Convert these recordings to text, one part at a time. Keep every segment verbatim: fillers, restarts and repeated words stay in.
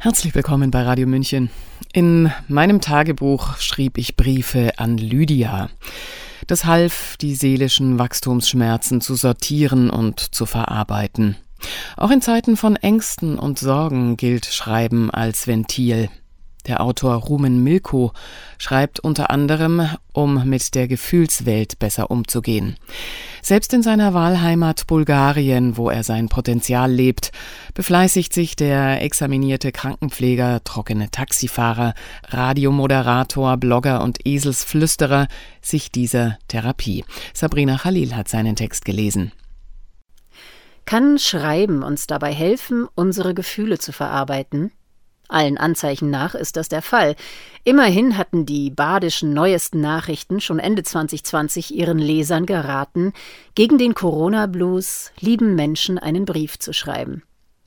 Herzlich willkommen bei Radio München. In meinem Tagebuch schrieb ich Briefe an Lydia. Das half, die seelischen Wachstumsschmerzen zu sortieren und zu verarbeiten. Auch in Zeiten von Ängsten und Sorgen gilt Schreiben als Ventil. Der Autor Rumen Milko schreibt unter anderem, um mit der Gefühlswelt besser umzugehen. Selbst in seiner Wahlheimat Bulgarien, wo er sein Potenzial lebt, befleißigt sich der examinierte Krankenpfleger, trockene Taxifahrer, Radiomoderator, Blogger und Eselsflüsterer sich dieser Therapie. Sabrina Khalil hat seinen Text gelesen. Kann Schreiben uns dabei helfen, unsere Gefühle zu verarbeiten? Allen Anzeichen nach ist das der Fall. Immerhin hatten die badischen neuesten Nachrichten schon Ende zwanzig zwanzig ihren Lesern geraten, gegen den Corona-Blues lieben Menschen einen Brief zu schreiben.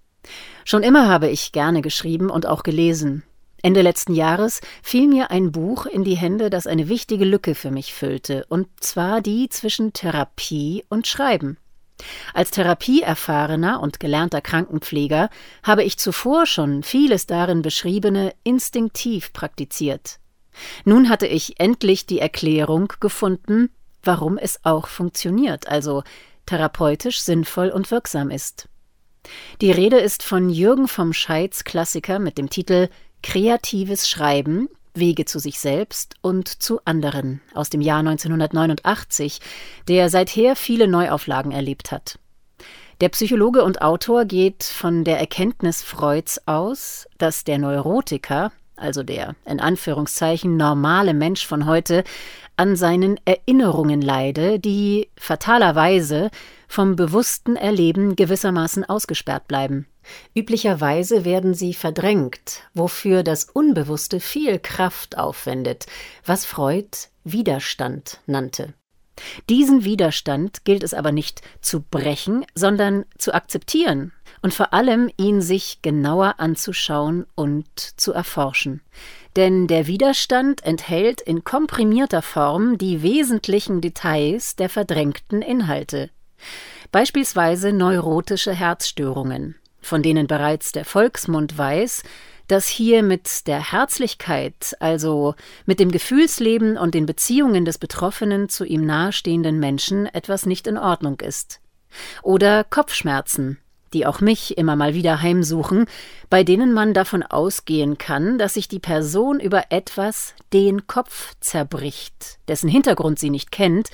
Schon immer habe ich gerne geschrieben und auch gelesen. Ende letzten Jahres fiel mir ein Buch in die Hände, das eine wichtige Lücke für mich füllte, und zwar die zwischen Therapie und Schreiben. Als therapieerfahrener und gelernter Krankenpfleger habe ich zuvor schon vieles darin Beschriebene instinktiv praktiziert. Nun hatte ich endlich die Erklärung gefunden, warum es auch funktioniert, also therapeutisch sinnvoll und wirksam ist. Die Rede ist von Jürgen vom Scheidts Klassiker mit dem Titel »Kreatives Schreiben – Wege zu sich selbst und zu anderen« aus dem Jahr neunzehnhundertneunundachtzig, der seither viele Neuauflagen erlebt hat. Der Psychologe und Autor geht von der Erkenntnis Freuds aus, dass der Neurotiker, also der in Anführungszeichen normale Mensch von heute, an seinen Erinnerungen leide, die fatalerweise vom bewussten Erleben gewissermaßen ausgesperrt bleiben. Üblicherweise werden sie verdrängt, wofür das Unbewusste viel Kraft aufwendet, was Freud Widerstand nannte. Diesen Widerstand gilt es aber nicht zu brechen, sondern zu akzeptieren und vor allem ihn sich genauer anzuschauen und zu erforschen. Denn der Widerstand enthält in komprimierter Form die wesentlichen Details der verdrängten Inhalte. Beispielsweise neurotische Herzstörungen, von denen bereits der Volksmund weiß, dass hier mit der Herzlichkeit, also mit dem Gefühlsleben und den Beziehungen des Betroffenen zu ihm nahestehenden Menschen etwas nicht in Ordnung ist. Oder Kopfschmerzen, die auch mich immer mal wieder heimsuchen, bei denen man davon ausgehen kann, dass sich die Person über etwas den Kopf zerbricht, dessen Hintergrund sie nicht kennt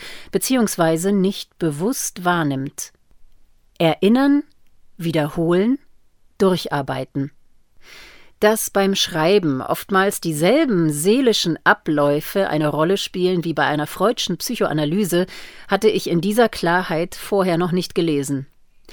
bzw. nicht bewusst wahrnimmt. Erinnern, wiederholen, durcharbeiten. Dass beim Schreiben oftmals dieselben seelischen Abläufe eine Rolle spielen wie bei einer freudschen Psychoanalyse, hatte ich in dieser Klarheit vorher noch nicht gelesen.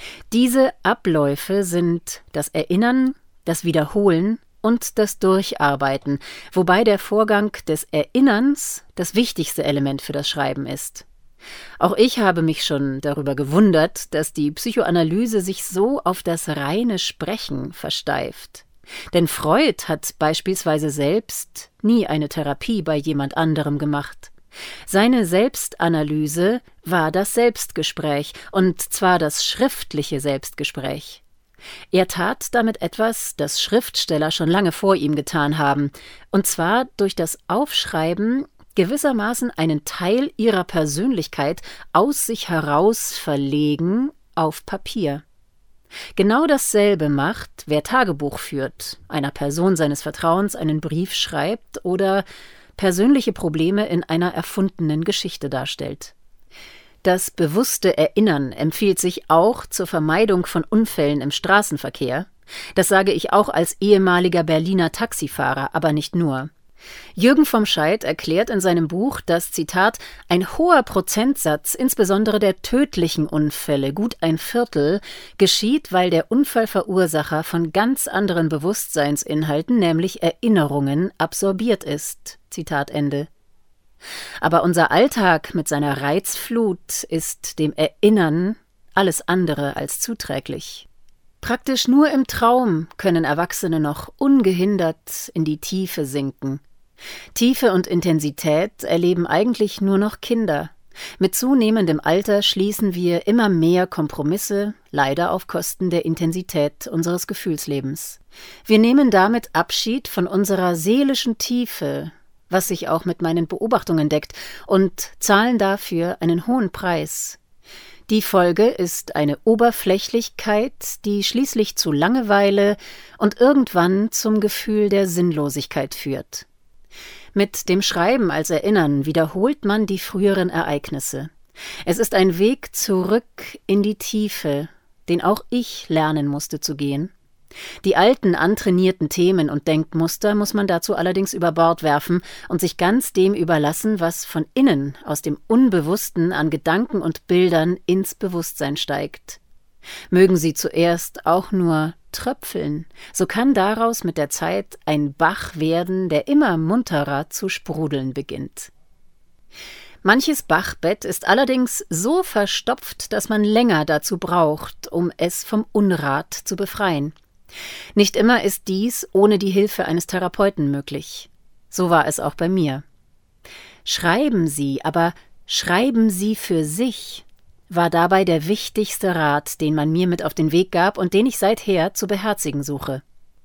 Diese Abläufe sind das Erinnern, das Wiederholen und das Durcharbeiten, wobei der Vorgang des Erinnerns das wichtigste Element für das Schreiben ist. Auch ich habe mich schon darüber gewundert, dass die Psychoanalyse sich so auf das reine Sprechen versteift. Denn Freud hat beispielsweise selbst nie eine Therapie bei jemand anderem gemacht. Seine Selbstanalyse war das Selbstgespräch, und zwar das schriftliche Selbstgespräch. Er tat damit etwas, das Schriftsteller schon lange vor ihm getan haben, und zwar durch das Aufschreiben gewissermaßen einen Teil ihrer Persönlichkeit aus sich heraus verlegen auf Papier. Genau dasselbe macht, wer Tagebuch führt, einer Person seines Vertrauens einen Brief schreibt oder persönliche Probleme in einer erfundenen Geschichte darstellt. Das bewusste Erinnern empfiehlt sich auch zur Vermeidung von Unfällen im Straßenverkehr. Das sage ich auch als ehemaliger Berliner Taxifahrer, aber nicht nur. Jürgen vom Scheidt erklärt in seinem Buch, dass, Zitat, ein hoher Prozentsatz, insbesondere der tödlichen Unfälle, gut ein Viertel, geschieht, weil der Unfallverursacher von ganz anderen Bewusstseinsinhalten, nämlich Erinnerungen, absorbiert ist. Zitat Ende. Aber unser Alltag mit seiner Reizflut ist dem Erinnern alles andere als zuträglich. Praktisch nur im Traum können Erwachsene noch ungehindert in die Tiefe sinken. Tiefe und Intensität erleben eigentlich nur noch Kinder. Mit zunehmendem Alter schließen wir immer mehr Kompromisse, leider auf Kosten der Intensität unseres Gefühlslebens. Wir nehmen damit Abschied von unserer seelischen Tiefe, was sich auch mit meinen Beobachtungen deckt, und zahlen dafür einen hohen Preis. Die Folge ist eine Oberflächlichkeit, die schließlich zu Langeweile und irgendwann zum Gefühl der Sinnlosigkeit führt. Mit dem Schreiben als Erinnern wiederholt man die früheren Ereignisse. Es ist ein Weg zurück in die Tiefe, den auch ich lernen musste zu gehen. Die alten, antrainierten Themen und Denkmuster muss man dazu allerdings über Bord werfen und sich ganz dem überlassen, was von innen, aus dem Unbewussten an Gedanken und Bildern ins Bewusstsein steigt. Mögen sie zuerst auch nur tröpfeln, so kann daraus mit der Zeit ein Bach werden, der immer munterer zu sprudeln beginnt. Manches Bachbett ist allerdings so verstopft, dass man länger dazu braucht, um es vom Unrat zu befreien. Nicht immer ist dies ohne die Hilfe eines Therapeuten möglich. So war es auch bei mir. Schreiben Sie, aber schreiben Sie für sich, war dabei der wichtigste Rat, den man mir mit auf den Weg gab und den ich seither zu beherzigen suche.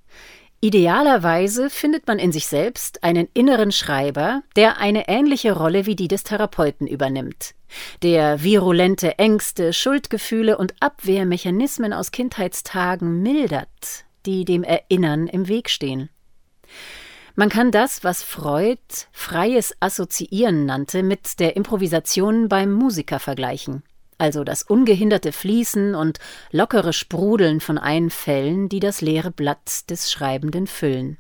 Idealerweise findet man in sich selbst einen inneren Schreiber, der eine ähnliche Rolle wie die des Therapeuten übernimmt, der virulente Ängste, Schuldgefühle und Abwehrmechanismen aus Kindheitstagen mildert, die dem Erinnern im Weg stehen. Man kann das, was Freud freies Assoziieren nannte, mit der Improvisation beim Musiker vergleichen. Also das ungehinderte Fließen und lockere Sprudeln von Einfällen, die das leere Blatt des Schreibenden füllen.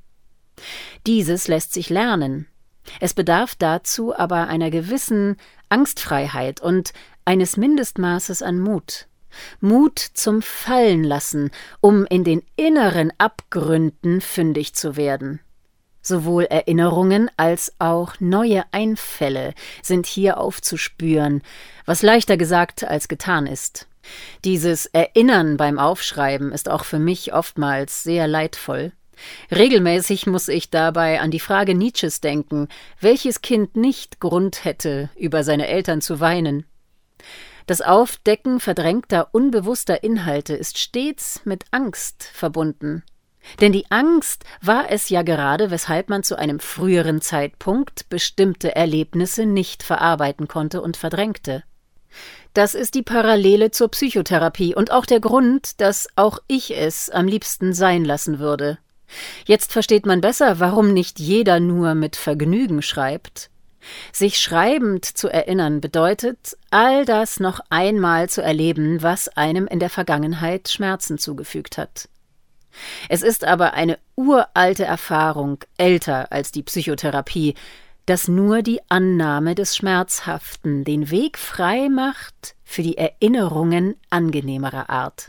Dieses lässt sich lernen. Es bedarf dazu aber einer gewissen Angstfreiheit und eines Mindestmaßes an Mut. Mut zum Fallenlassen, um in den inneren Abgründen fündig zu werden. Sowohl Erinnerungen als auch neue Einfälle sind hier aufzuspüren, was leichter gesagt als getan ist. Dieses Erinnern beim Aufschreiben ist auch für mich oftmals sehr leidvoll. Regelmäßig muss ich dabei an die Frage Nietzsches denken, welches Kind nicht Grund hätte, über seine Eltern zu weinen. Das Aufdecken verdrängter, unbewusster Inhalte ist stets mit Angst verbunden. Denn die Angst war es ja gerade, weshalb man zu einem früheren Zeitpunkt bestimmte Erlebnisse nicht verarbeiten konnte und verdrängte. Das ist die Parallele zur Psychotherapie und auch der Grund, dass auch ich es am liebsten sein lassen würde. Jetzt versteht man besser, warum nicht jeder nur mit Vergnügen schreibt. Sich schreibend zu erinnern bedeutet, all das noch einmal zu erleben, was einem in der Vergangenheit Schmerzen zugefügt hat. Es ist aber eine uralte Erfahrung, älter als die Psychotherapie, dass nur die Annahme des Schmerzhaften den Weg frei macht für die Erinnerungen angenehmerer Art.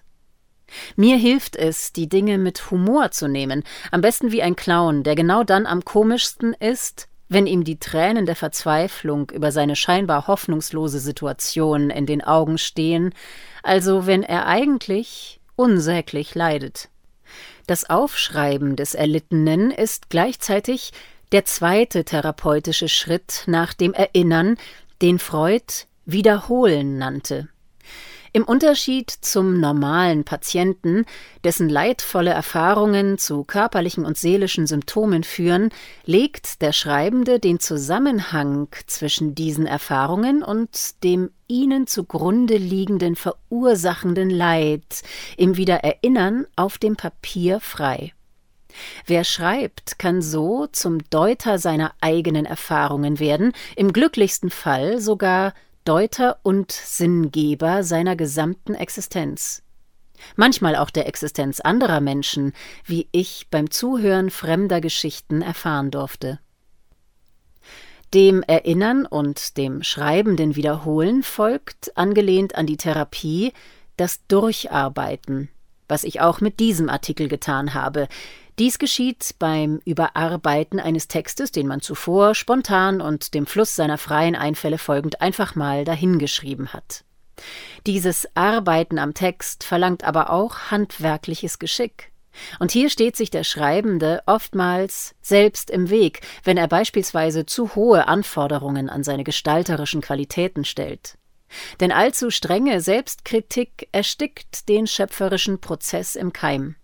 Mir hilft es, die Dinge mit Humor zu nehmen, am besten wie ein Clown, der genau dann am komischsten ist, wenn ihm die Tränen der Verzweiflung über seine scheinbar hoffnungslose Situation in den Augen stehen, also wenn er eigentlich unsäglich leidet. Das Aufschreiben des Erlittenen ist gleichzeitig der zweite therapeutische Schritt nach dem Erinnern, den Freud Wiederholen nannte. Im Unterschied zum normalen Patienten, dessen leidvolle Erfahrungen zu körperlichen und seelischen Symptomen führen, legt der Schreibende den Zusammenhang zwischen diesen Erfahrungen und dem ihnen zugrunde liegenden verursachenden Leid im Wiedererinnern auf dem Papier frei. Wer schreibt, kann so zum Deuter seiner eigenen Erfahrungen werden, im glücklichsten Fall sogar Deuter und Sinngeber seiner gesamten Existenz. Manchmal auch der Existenz anderer Menschen, wie ich beim Zuhören fremder Geschichten erfahren durfte. Dem Erinnern und dem schreibenden Wiederholen folgt, angelehnt an die Therapie, das Durcharbeiten, was ich auch mit diesem Artikel getan habe. Dies geschieht beim Überarbeiten eines Textes, den man zuvor spontan und dem Fluss seiner freien Einfälle folgend einfach mal dahingeschrieben hat. Dieses Arbeiten am Text verlangt aber auch handwerkliches Geschick. Und hier steht sich der Schreibende oftmals selbst im Weg, wenn er beispielsweise zu hohe Anforderungen an seine gestalterischen Qualitäten stellt. Denn allzu strenge Selbstkritik erstickt den schöpferischen Prozess im Keim.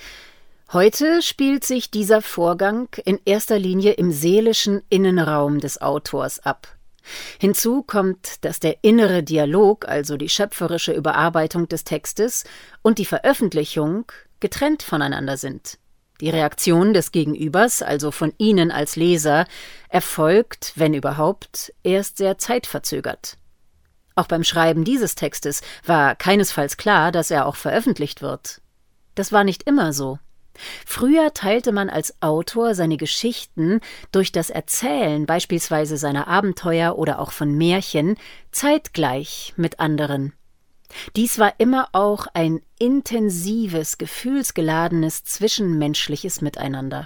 Heute spielt sich dieser Vorgang in erster Linie im seelischen Innenraum des Autors ab. Hinzu kommt, dass der innere Dialog, also die schöpferische Überarbeitung des Textes, und die Veröffentlichung getrennt voneinander sind. Die Reaktion des Gegenübers, also von Ihnen als Leser, erfolgt, wenn überhaupt, erst sehr zeitverzögert. Auch beim Schreiben dieses Textes war keinesfalls klar, dass er auch veröffentlicht wird. Das war nicht immer so. Früher teilte man als Autor seine Geschichten durch das Erzählen beispielsweise seiner Abenteuer oder auch von Märchen zeitgleich mit anderen. Dies war immer auch ein intensives, gefühlsgeladenes zwischenmenschliches Miteinander.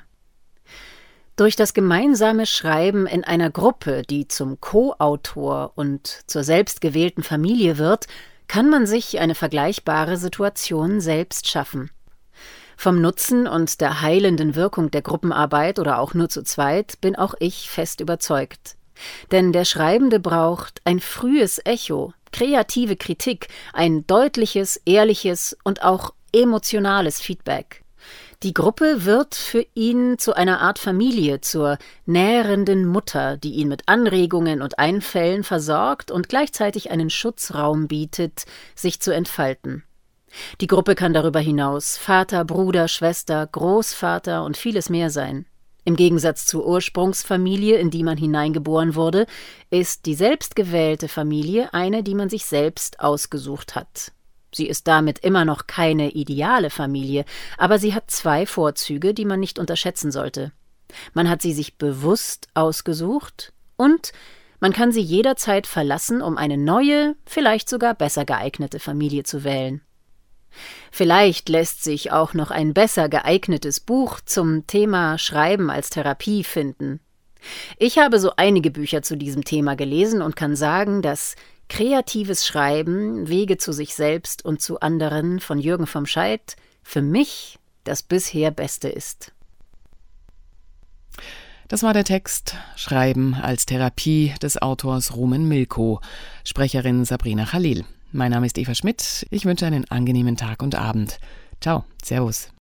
Durch das gemeinsame Schreiben in einer Gruppe, die zum Co-Autor und zur selbstgewählten Familie wird, kann man sich eine vergleichbare Situation selbst schaffen. Vom Nutzen und der heilenden Wirkung der Gruppenarbeit oder auch nur zu zweit bin auch ich fest überzeugt. Denn der Schreibende braucht ein frühes Echo, kreative Kritik, ein deutliches, ehrliches und auch emotionales Feedback. Die Gruppe wird für ihn zu einer Art Familie, zur nährenden Mutter, die ihn mit Anregungen und Einfällen versorgt und gleichzeitig einen Schutzraum bietet, sich zu entfalten. Die Gruppe kann darüber hinaus Vater, Bruder, Schwester, Großvater und vieles mehr sein. Im Gegensatz zur Ursprungsfamilie, in die man hineingeboren wurde, ist die selbstgewählte Familie eine, die man sich selbst ausgesucht hat. Sie ist damit immer noch keine ideale Familie, aber sie hat zwei Vorzüge, die man nicht unterschätzen sollte. Man hat sie sich bewusst ausgesucht und man kann sie jederzeit verlassen, um eine neue, vielleicht sogar besser geeignete Familie zu wählen. Vielleicht lässt sich auch noch ein besser geeignetes Buch zum Thema Schreiben als Therapie finden. Ich habe so einige Bücher zu diesem Thema gelesen und kann sagen, dass Kreatives Schreiben, Wege zu sich selbst und zu anderen von Jürgen vom Scheidt für mich das bisher Beste ist. Das war der Text Schreiben als Therapie des Autors Rumen Milko, Sprecherin Sabrina Khalil. Mein Name ist Eva Schmidt. Ich wünsche einen angenehmen Tag und Abend. Ciao, servus.